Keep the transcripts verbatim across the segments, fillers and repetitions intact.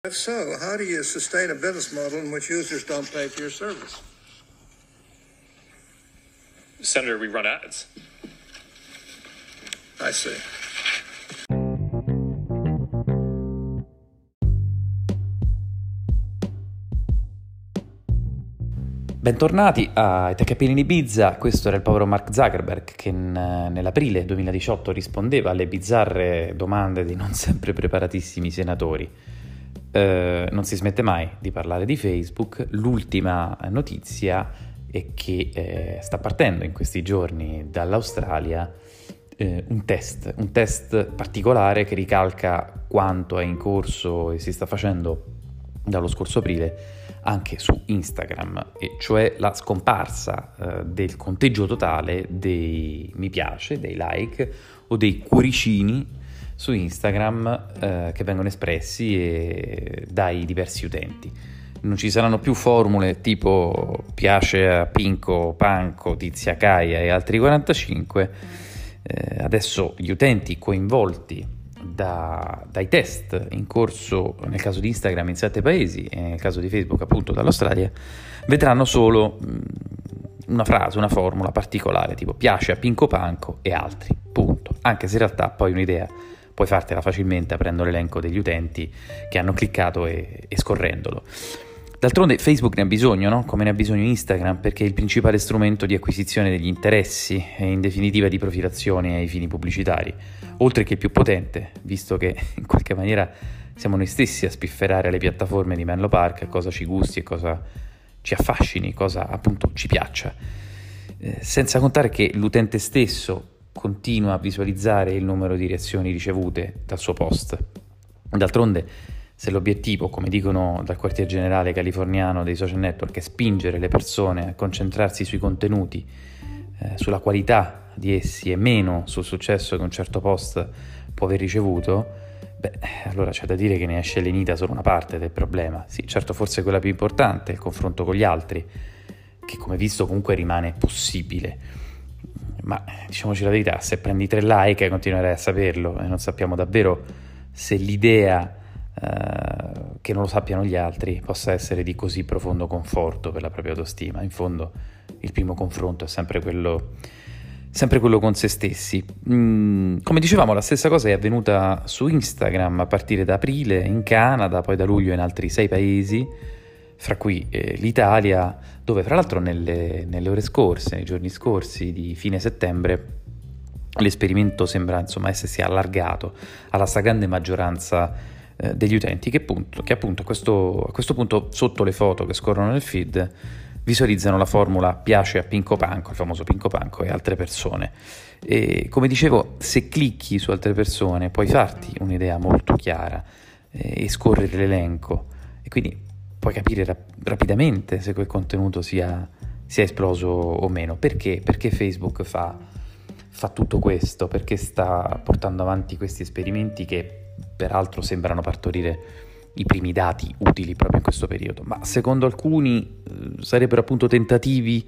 If so, how do you sustain a business model in which users don't pay for your service? Senator, we run ads. I see. Bentornati a Tech Appeal in Ibiza. Questo era il povero Mark Zuckerberg che in, nell'aprile duemiladiciotto rispondeva alle bizzarre domande di non sempre preparatissimi senatori. Eh, non si smette mai di parlare di Facebook. L'ultima notizia è che eh, sta partendo in questi giorni dall'Australia eh, un test, un test particolare che ricalca quanto è in corso e si sta facendo dallo scorso aprile anche su Instagram, e cioè la scomparsa eh, del conteggio totale dei mi piace, dei like o dei cuoricini su Instagram eh, che vengono espressi eh, dai diversi utenti. Non ci saranno più formule tipo piace a Pinco, Panco, Tizia Caia e altri quarantacinque. Eh, adesso gli utenti coinvolti Da, dai test in corso nel caso di Instagram in sette paesi e nel caso di Facebook appunto dall'Australia vedranno solo mh, una frase, una formula particolare tipo piace a Pinco Panco e altri, punto, anche se in realtà poi un'idea puoi fartela facilmente aprendo l'elenco degli utenti che hanno cliccato e, e scorrendolo. D'altronde Facebook ne ha bisogno, no? Come ne ha bisogno Instagram, perché è il principale strumento di acquisizione degli interessi e in definitiva di profilazione ai fini pubblicitari, oltre che il più potente, visto che in qualche maniera siamo noi stessi a spifferare le piattaforme di Menlo Park cosa ci gusti e cosa ci affascini, cosa appunto ci piaccia. Eh, senza contare che l'utente stesso continua a visualizzare il numero di reazioni ricevute dal suo post. D'altronde, se l'obiettivo, come dicono dal quartier generale californiano dei social network, è spingere le persone a concentrarsi sui contenuti, eh, sulla qualità di essi e meno sul successo che un certo post può aver ricevuto, beh, allora c'è da dire che ne esce lenita solo una parte del problema. Sì, certo, forse quella più importante, il confronto con gli altri, che come visto comunque rimane possibile. Ma diciamoci la verità, se prendi tre like continuerai a saperlo e non sappiamo davvero se l'idea Uh, che non lo sappiano gli altri possa essere di così profondo conforto per la propria autostima. In fondo il primo confronto è sempre quello, sempre quello con se stessi. Mm, come dicevamo, la stessa cosa è avvenuta su Instagram a partire da aprile in Canada, poi da luglio in altri sei paesi, fra cui eh, l'Italia, dove fra l'altro nelle, nelle ore scorse, nei giorni scorsi di fine settembre, l'esperimento sembra insomma essersi allargato alla stragrande maggioranza degli utenti che, appunto, che appunto a questo, a questo punto sotto le foto che scorrono nel feed visualizzano la formula piace a Pinco Panco, il famoso Pinco Panco e altre persone. E come dicevo, se clicchi su altre persone puoi farti un'idea molto chiara eh, e scorrere l'elenco e quindi puoi capire rap- rapidamente se quel contenuto sia, sia esploso o meno. Perché? Perché Facebook fa, fa tutto questo, perché sta portando avanti questi esperimenti che peraltro sembrano partorire i primi dati utili proprio in questo periodo, ma secondo alcuni eh, sarebbero appunto tentativi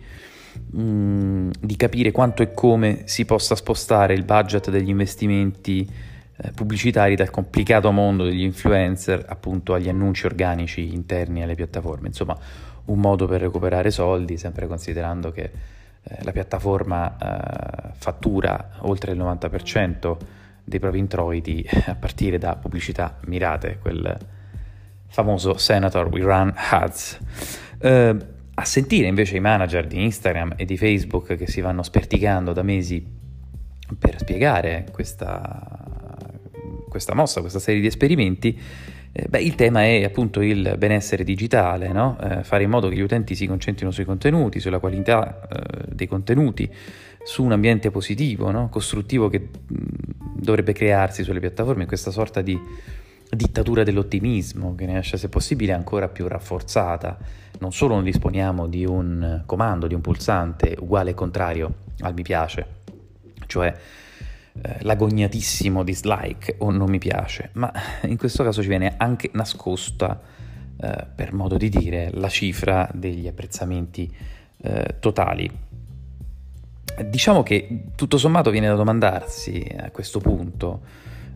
mh, di capire quanto e come si possa spostare il budget degli investimenti eh, pubblicitari dal complicato mondo degli influencer appunto agli annunci organici interni alle piattaforme. Insomma, un modo per recuperare soldi, sempre considerando che eh, la piattaforma eh, fattura oltre il novanta per cento dei propri introiti a partire da pubblicità mirate, quel famoso Senator We Run Ads. Eh, a sentire invece i manager di Instagram e di Facebook che si vanno sperticando da mesi per spiegare questa, questa mossa, questa serie di esperimenti, eh, beh, il tema è appunto il benessere digitale, no? Eh, fare in modo che gli utenti si concentrino sui contenuti, sulla qualità eh, dei contenuti, su un ambiente positivo, no? Costruttivo che mh, dovrebbe crearsi sulle piattaforme, in questa sorta di dittatura dell'ottimismo che ne esce se possibile ancora più rafforzata. Non solo non disponiamo di un comando, di un pulsante uguale e contrario al mi piace, cioè eh, l'agognatissimo dislike o non mi piace, ma in questo caso ci viene anche nascosta, eh, per modo di dire, la cifra degli apprezzamenti eh, totali. Diciamo che tutto sommato viene da domandarsi a questo punto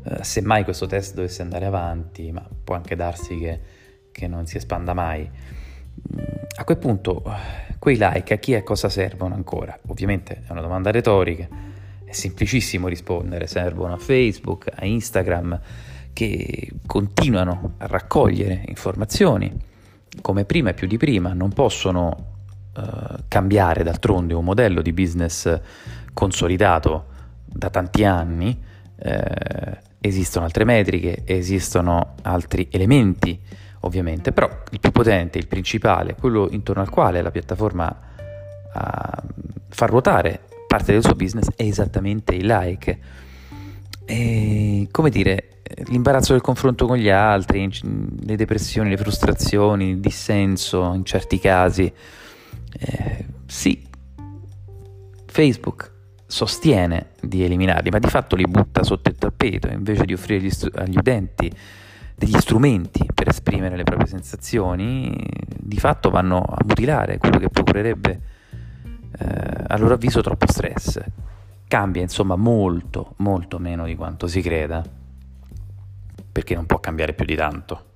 eh, se mai questo test dovesse andare avanti, ma può anche darsi che, che non si espanda mai, a quel punto quei like a chi e a cosa servono ancora? Ovviamente è una domanda retorica, è semplicissimo rispondere: servono a Facebook, a Instagram, che continuano a raccogliere informazioni come prima e più di prima, non possono uh, cambiare d'altronde un modello di business consolidato da tanti anni. Eh, esistono altre metriche, esistono altri elementi ovviamente, però il più potente, il principale, quello intorno al quale la piattaforma uh, fa ruotare parte del suo business è esattamente il like. E, come dire, l'imbarazzo del confronto con gli altri, le depressioni, le frustrazioni, il dissenso in certi casi. Eh, sì, Facebook sostiene di eliminarli, ma di fatto li butta sotto il tappeto invece di offrire agli, str- agli utenti degli strumenti per esprimere le proprie sensazioni. Di fatto vanno a mutilare quello che procurerebbe eh, a loro avviso troppo stress. Cambia insomma molto, molto meno di quanto si creda, perché non può cambiare più di tanto.